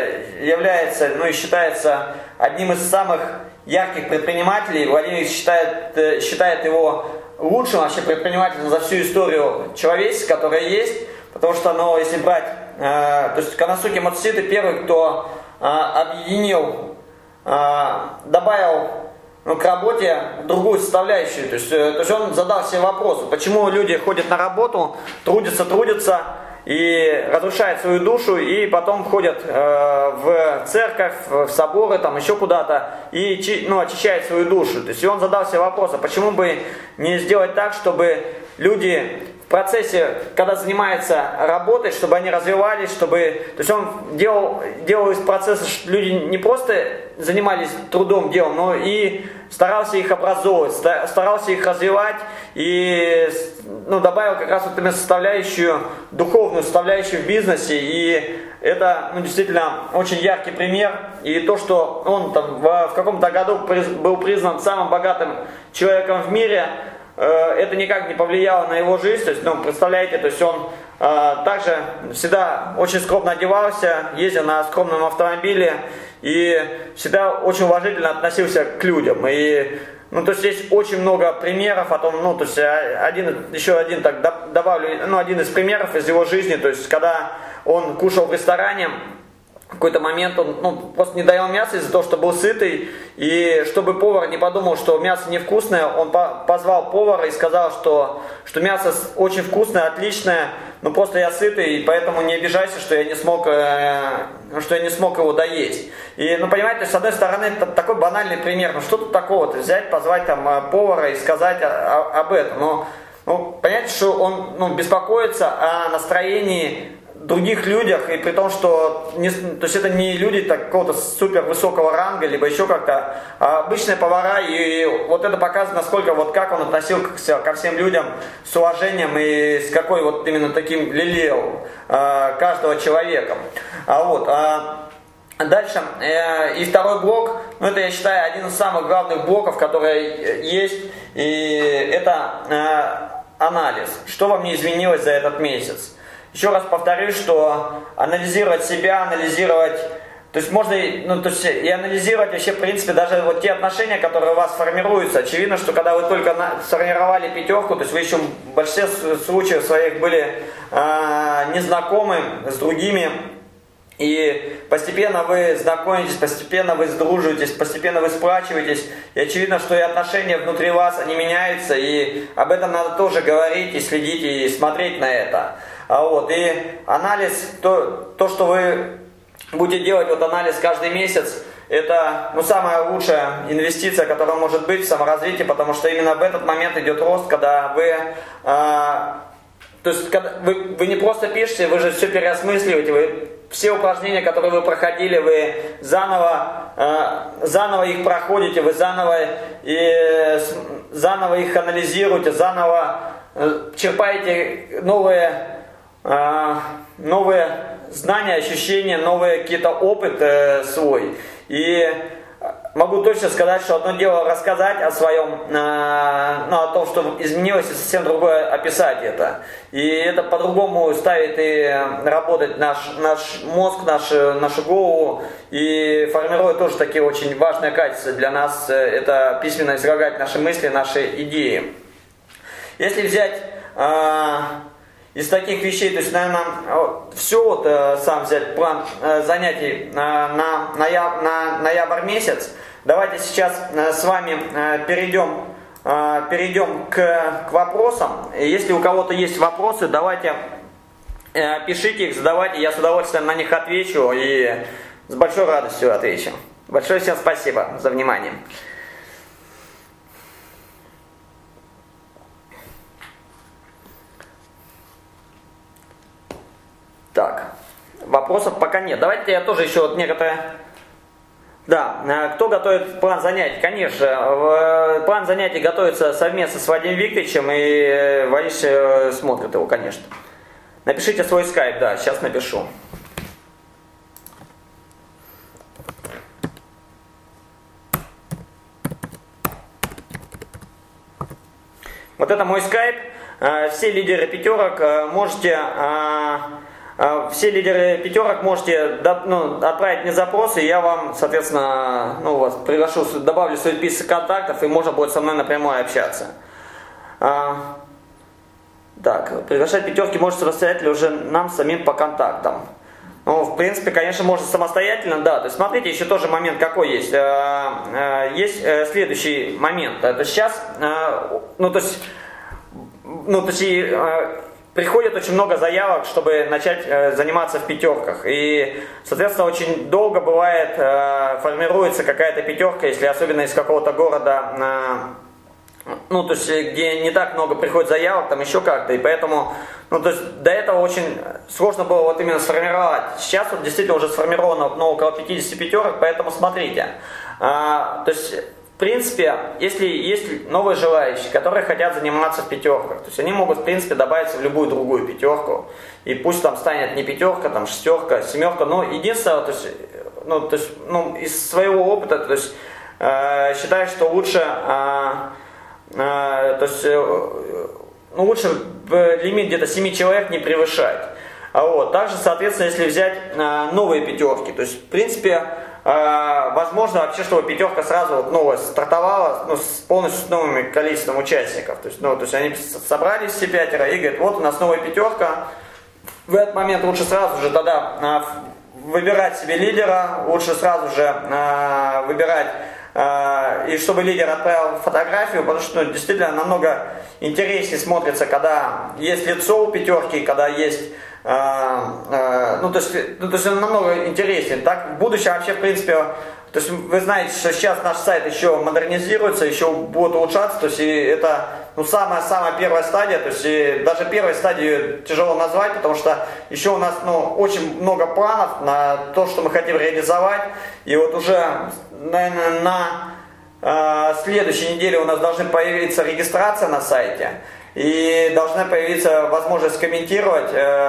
считается одним из самых ярких предпринимателей. Владимир считает его лучшим вообще предпринимателем за всю историю человечества, которая есть. Потому что, если брать, то есть Канасуки Мацусита первый, кто объединил, добавил к работе другую составляющую. То есть он задал себе вопрос, почему люди ходят на работу, трудятся, и разрушают свою душу, и потом ходят в церковь, в соборы, там еще куда-то, и очищают свою душу. То есть и он задался вопросом, почему бы не сделать так, чтобы люди в процессе, когда занимаются работой, чтобы они развивались, чтобы... То есть он делал из процесса, чтобы люди не просто занимались трудом, делом, но и старался их образовывать, старался их развивать и добавил как раз вот именно составляющую, духовную составляющую в бизнесе. И это действительно очень яркий пример. И то, что он там в каком-то году был признан самым богатым человеком в мире, это никак не повлияло на его жизнь. То есть, представляете, то есть он также всегда очень скромно одевался, ездил на скромном автомобиле и всегда очень уважительно относился к людям. И, то есть есть очень много примеров о том, то есть еще один так добавлю, один из примеров из его жизни, то есть когда он кушал в ресторане, в какой-то момент он просто не доел мясо из-за того, что был сытый, и чтобы повар не подумал, что мясо невкусное, он позвал повара и сказал, что мясо очень вкусное, отличное, но просто я сытый, и поэтому не обижайся, что я не смог его доесть. И, понимаете, с одной стороны, это такой банальный пример, что тут такого-то, взять, позвать там повара и сказать об этом, но понимаете, что он беспокоится о настроении других людях, и при том, что то есть это не люди какого-то супер высокого ранга, либо еще как-то, а обычные повара, и вот это показывает, насколько как он относился ко всем людям с уважением и с какой именно таким лелеял каждого человека. Дальше, и второй блок, это, я считаю, один из самых главных блоков, которые есть, и это анализ. Что во мне изменилось за этот месяц? Еще раз повторюсь, что анализировать себя, то есть можно и анализировать вообще, в принципе, даже те отношения, которые у вас формируются. Очевидно, что когда вы только сформировали пятерку, то есть вы еще в большинстве случаев своих были незнакомы с другими, и постепенно вы знакомитесь, постепенно вы сдруживаетесь, постепенно вы сплачиваетесь. И очевидно, что и отношения внутри вас, они меняются, и об этом надо тоже говорить, и следить, и смотреть на это. И анализ, то, что вы будете делать, анализ каждый месяц, это самая лучшая инвестиция, которая может быть в саморазвитии, потому что именно в этот момент идет рост, когда вы... То есть когда вы не просто пишете, вы же все переосмысливаете, вы все упражнения, которые вы проходили, вы заново их проходите, вы заново их анализируете, заново черпаете новые знания, ощущения, новые какие-то опыт свой. И могу точно сказать, что одно дело рассказать о своем, о том, что изменилось, и совсем другое описать это. И это по-другому ставит и работать наш мозг, нашу голову, и формирует тоже такие очень важные качества для нас. Это письменно излагать наши мысли, наши идеи. Если взять из таких вещей, то есть, наверное, все сам взять план занятий на ноябрь месяц. Давайте сейчас с вами перейдем к вопросам. Если у кого-то есть вопросы, давайте пишите их, задавайте, я с удовольствием на них отвечу и с большой радостью отвечу. Большое всем спасибо за внимание. Так, вопросов пока нет. Давайте я тоже еще некоторые... Да, кто готовит план занятий? Конечно, план занятий готовится совместно с Вадимом Викторовичем, и Вадим смотрит его, конечно. Напишите свой скайп, да, сейчас напишу. Вот это мой скайп. Все лидеры пятерок можете... Все лидеры пятерок можете отправить мне запросы, и я вам, соответственно, вас приглашу, добавлю свой список контактов, и можно будет со мной напрямую общаться. Так, приглашать пятерки может самостоятельно уже нам самим по контактам. В принципе, конечно, можно самостоятельно, да. То есть, смотрите, еще тоже момент какой есть. Есть следующий момент. Это сейчас, приходит очень много заявок, чтобы начать заниматься в пятерках. И, соответственно, очень долго бывает, формируется какая-то пятерка, если особенно из какого-то города, ну, то есть, где не так много приходит заявок, там еще как-то, и поэтому, ну, то есть, до этого очень сложно было вот именно сформировать. Сейчас вот действительно уже сформировано около 50 пятерок, поэтому смотрите. То есть, в принципе, если есть новые желающие, которые хотят заниматься в пятерках, то есть они могут, в принципе, добавиться в любую другую пятерку, и пусть там станет не пятерка, там шестерка, семерка, но единственное, то есть, из своего опыта, то есть, считаю, что лучше, лучше лимит где-то 7 человек не превышать. Также, соответственно, если взять новые пятерки, то есть, в принципе, возможно вообще, чтобы пятерка сразу вот новая стартовала, ну, полностью с новым количеством участников. То есть они собрались все пятеро и говорят, вот у нас новая пятерка. В этот момент лучше сразу же тогда выбирать себе лидера, лучше сразу же выбирать, и чтобы лидер отправил фотографию, потому что действительно намного интереснее смотрится, когда есть лицо у пятерки, когда есть, то есть намного интереснее. Так в будущем вообще, в принципе, то есть вы знаете, что сейчас наш сайт еще модернизируется, еще будет улучшаться, то есть и это самая первая стадия, то есть и даже первой стадию тяжело назвать, потому что еще у нас очень много планов на то, что мы хотим реализовать, и вот уже, наверное, на следующей неделе у нас должны появиться регистрация на сайте, и должна появиться возможность комментировать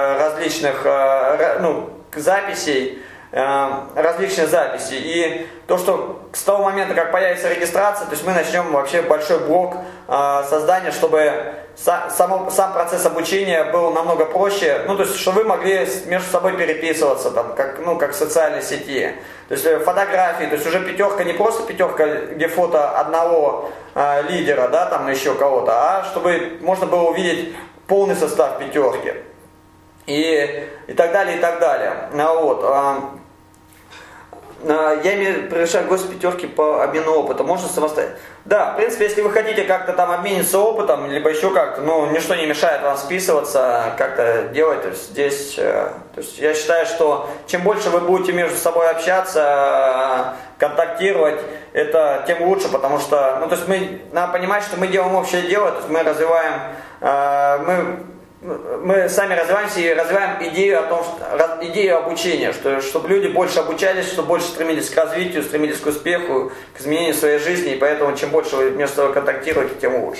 различные записи. И то, что с того момента, как появится регистрация, то есть мы начнем вообще большой блок создания, чтобы сам процесс обучения был намного проще, то есть, чтобы вы могли между собой переписываться, там, как в социальной сети. То есть фотографии, то есть уже пятерка не просто пятерка, где фото одного лидера, да, там еще кого-то, а чтобы можно было увидеть полный состав пятерки. И так далее, и так далее. Я имею приглашаю гость пятерки по обмену опыта. Можно самостоятельно. Да, в принципе, если вы хотите как-то там обмениться опытом, либо еще как-то, ничто не мешает вам списываться, как-то делать. То есть здесь, я считаю, что чем больше вы будете между собой общаться, контактировать, это тем лучше, потому что, надо понимать, что мы делаем общее дело, то есть мы развиваем, мы сами развиваемся и развиваем идею обучения, чтобы люди больше обучались, чтобы больше стремились к развитию, стремились к успеху, к изменению своей жизни, и поэтому чем больше вы между собой контактируете, тем лучше.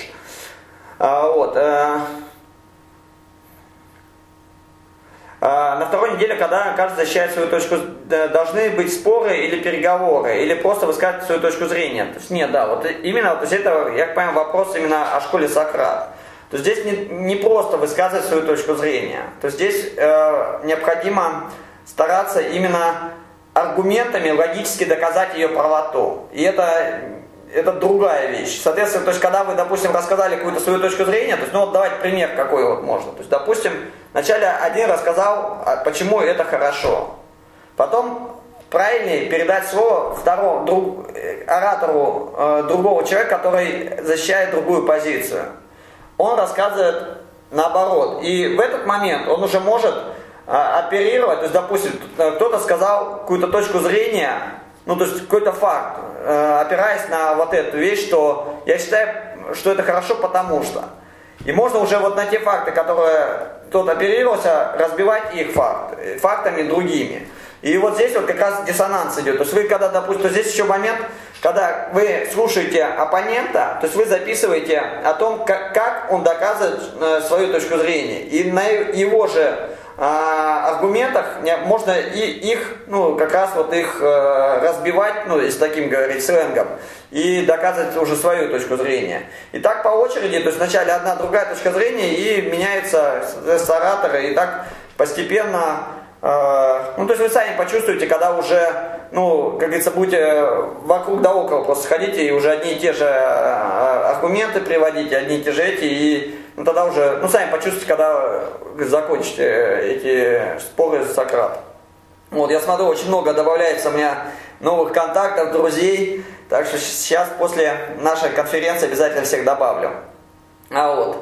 На второй неделе, когда каждый защищает свою точку, должны быть споры или переговоры, или просто высказывать свою точку зрения. То есть нет, да, это, я понимаю, вопрос именно о школе Сократ. То есть здесь не просто высказывать свою точку зрения. То есть здесь необходимо стараться именно аргументами логически доказать ее правоту. И это другая вещь. Соответственно, то есть когда вы, допустим, рассказали какую-то свою точку зрения, то есть, давайте пример какой можно. То есть, допустим, вначале один рассказал, почему это хорошо. Потом правильнее передать слово оратору другого человека, который защищает другую позицию. Он рассказывает наоборот. И в этот момент он уже может оперировать, то есть, допустим, кто-то сказал какую-то точку зрения, то есть какой-то факт, опираясь на вот эту вещь, что я считаю, что это хорошо, потому что. И можно уже вот на те факты, которые тот оперировался, разбивать их фактами другими. И вот здесь вот как раз диссонанс идет. То есть вы когда, допустим, здесь еще момент, когда вы слушаете оппонента, то есть вы записываете о том, как он доказывает свою точку зрения. И на его же аргументах можно их разбивать, если таким говорить сленгом, и доказывать уже свою точку зрения. И так по очереди, то есть вначале одна, другая точка зрения, и меняются ораторы, и так постепенно. То есть вы сами почувствуете, когда уже, как говорится, будете вокруг да около просто ходите и уже одни и те же аргументы приводите, одни и те же эти, и тогда уже, сами почувствуете, когда закончите эти споры с Сократом. Я смотрю, очень много добавляется у меня новых контактов, друзей, так что сейчас после нашей конференции обязательно всех добавлю.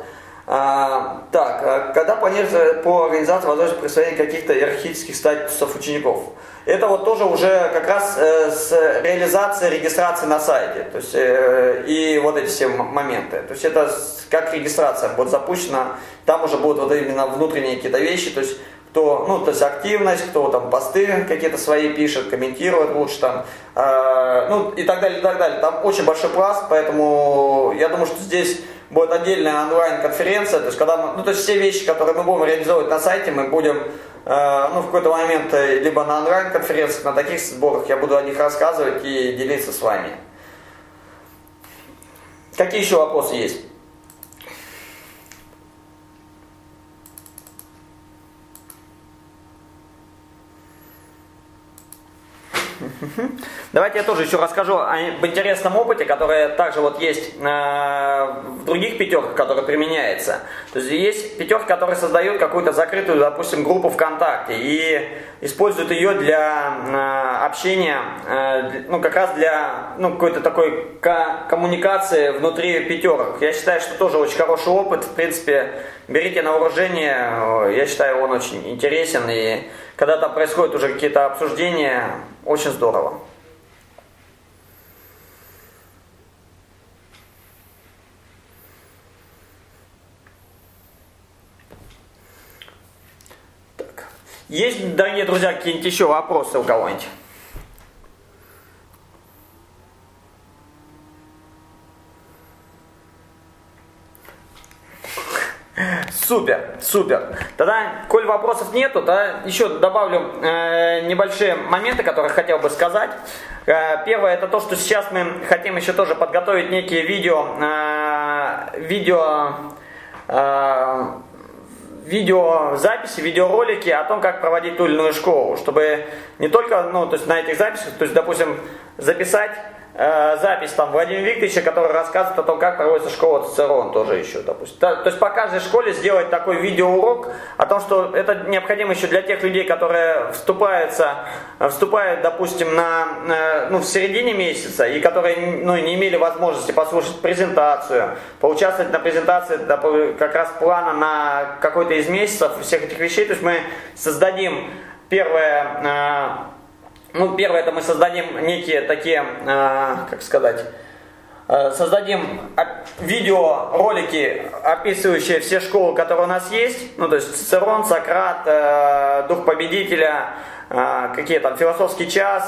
Когда планируется по организации возможность присвоения каких-то иерархических статусов учеников? Это вот тоже уже как раз с реализацией регистрации на сайте. То есть, и вот эти все моменты. То есть это как регистрация будет запущена, там уже будут вот именно внутренние какие-то вещи, то есть кто, то есть активность, кто там посты какие-то свои пишет, комментирует лучше там, и так далее, и так далее. Там очень большой пласт, поэтому я думаю, что здесь будет отдельная онлайн-конференция, то есть когда мы, то есть все вещи, которые мы будем реализовывать на сайте, мы будем в какой-то момент либо на онлайн-конференциях, на таких сборах я буду о них рассказывать и делиться с вами. Какие еще вопросы есть? Давайте я тоже еще расскажу об интересном опыте, который также вот есть в других пятерках, который применяется. То есть есть пятерки, которые создают какую-то закрытую, допустим, группу ВКонтакте и используют ее для общения, как раз для какой-то такой коммуникации внутри пятерок. Я считаю, что тоже очень хороший опыт. В принципе, берите на вооружение, я считаю, он очень интересен. И когда там происходят уже какие-то обсуждения, очень здорово. Так. Есть, дорогие друзья, какие-нибудь еще вопросы у кого-нибудь? Супер, супер. Тогда, коль вопросов нету, то еще добавлю небольшие моменты, которые хотел бы сказать. Первое, это то, что сейчас мы хотим еще тоже подготовить некие видеозаписи, видеоролики о том, как проводить ту или иную школу, чтобы не только, то есть на этих записях, то есть, допустим, записать запись там Владимира Викторовича, который рассказывает о том, как проводится школа Цицерон, тоже еще, допустим. То есть по каждой школе сделать такой видеоурок о том, что это необходимо еще для тех людей, которые вступают, допустим, в середине месяца, и которые не имели возможности послушать презентацию, поучаствовать на презентации как раз плана на какой-то из месяцев всех этих вещей. То есть мы создадим первое, это мы создадим некие такие, создадим видеоролики, описывающие все школы, которые у нас есть, то есть Цицерон, Сократ, Дух Победителя, какие там, Философский час,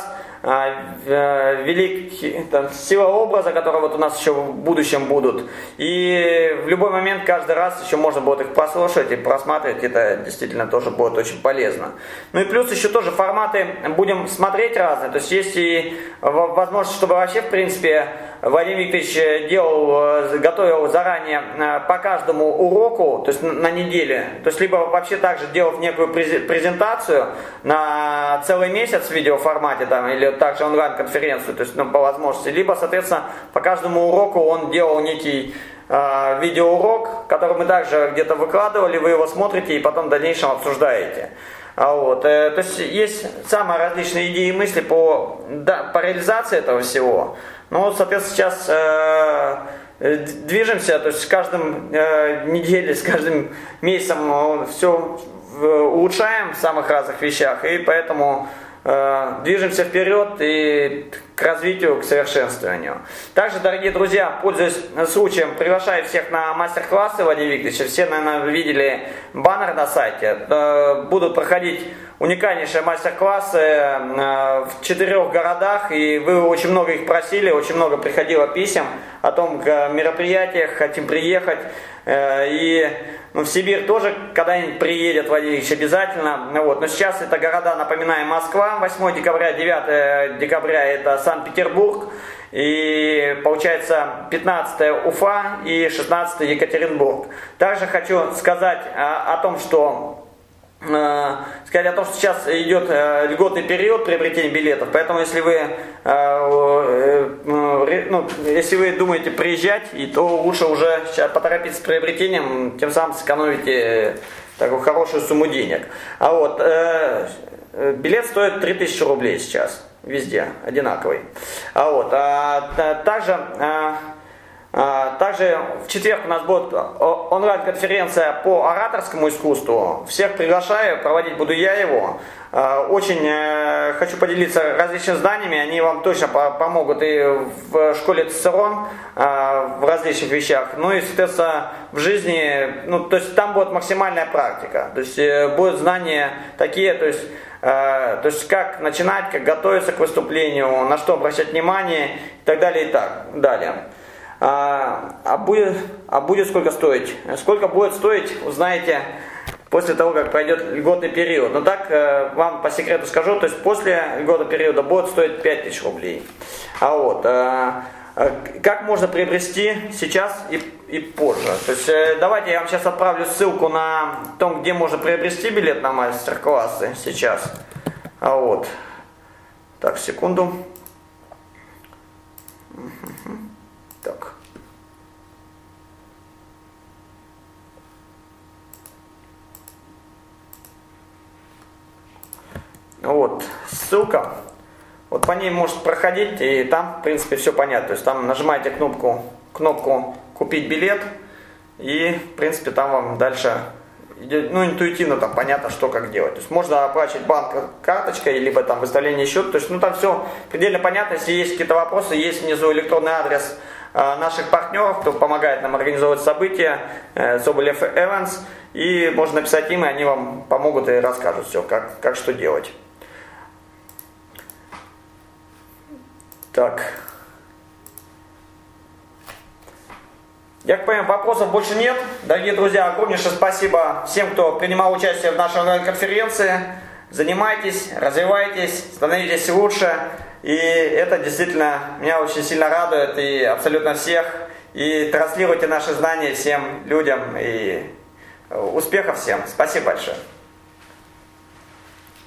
сила образа, которые вот у нас еще в будущем будут. И в любой момент, каждый раз еще можно будет их прослушать и просматривать, это действительно тоже будет очень полезно. И плюс еще тоже форматы будем смотреть разные, то есть есть и возможность, чтобы вообще в принципе Владимир Викторович готовил заранее по каждому уроку, то есть на неделе, то есть либо вообще также делав некую презентацию на целый месяц в видеоформате там, или также онлайн-конференцию, то есть по возможности, либо, соответственно, по каждому уроку он делал некий видеоурок, который мы также где-то выкладывали, вы его смотрите и потом в дальнейшем обсуждаете. То есть есть самые различные идеи и мысли по реализации этого всего. Соответственно, сейчас движемся, то есть с каждым неделей, с каждым месяцем все улучшаем в самых разных вещах, и поэтому движемся вперед и к развитию, к совершенствованию. Также, дорогие друзья, пользуясь случаем, приглашаю всех на мастер-классы Владимира Викторовича. Все, наверное, видели баннер на сайте. Будут проходить уникальнейшие мастер-классы в 4 городах, и вы очень много их просили, очень много приходило писем о том, к мероприятиях, хотим приехать. И в Сибирь тоже когда-нибудь приедет Владимир Ильич обязательно. Но сейчас это города, напоминаем, Москва, 8 декабря, 9 декабря это Санкт-Петербург, и получается 15 Уфа и 16 Екатеринбург. Также хочу сказать о том, что сейчас идет льготный период приобретения билетов, поэтому если вы думаете приезжать, то лучше уже сейчас поторопиться с приобретением, тем самым сэкономите такую хорошую сумму денег. Билет стоит 3000 рублей сейчас, везде одинаковый. Также Также в четверг у нас будет онлайн-конференция по ораторскому искусству. Всех приглашаю, проводить буду я его. Очень хочу поделиться различными знаниями, они вам точно помогут и в школе ЦСРОН в различных вещах, ну и, соответственно, в жизни, ну, то есть там будет максимальная практика, то есть будут знания такие, то есть как начинать, как готовиться к выступлению, на что обращать внимание и так далее и так далее. Будет сколько стоить? Сколько будет стоить, узнаете после того, как пройдет льготный период. Но так, вам по секрету скажу, то есть после льготного периода будет стоить 5000 рублей. Как можно приобрести сейчас и позже? То есть давайте я вам сейчас отправлю ссылку на то, где можно приобрести билет на мастер-классы сейчас. Так, секунду. Так. Вот, ссылка. Вот по ней может проходить, и там, в принципе, все понятно. То есть там нажимаете кнопку «Купить билет», и, в принципе, там вам дальше, ну, интуитивно там понятно, что как делать. То есть можно оплачивать банк карточкой, либо там выставление счета. То есть, ну, там все предельно понятно. Если есть какие-то вопросы, есть внизу электронный адрес наших партнеров, кто помогает нам организовывать события, Соболев Events, и можно написать им, и они вам помогут и расскажут все, как что делать. Так. Я понимаю, вопросов больше нет. Дорогие друзья, огромнейшее спасибо всем, кто принимал участие в нашей онлайн-конференции. Занимайтесь, развивайтесь, становитесь лучше. И это действительно меня очень сильно радует, и абсолютно всех. И транслируйте наши знания всем людям. И успехов всем. Спасибо большое.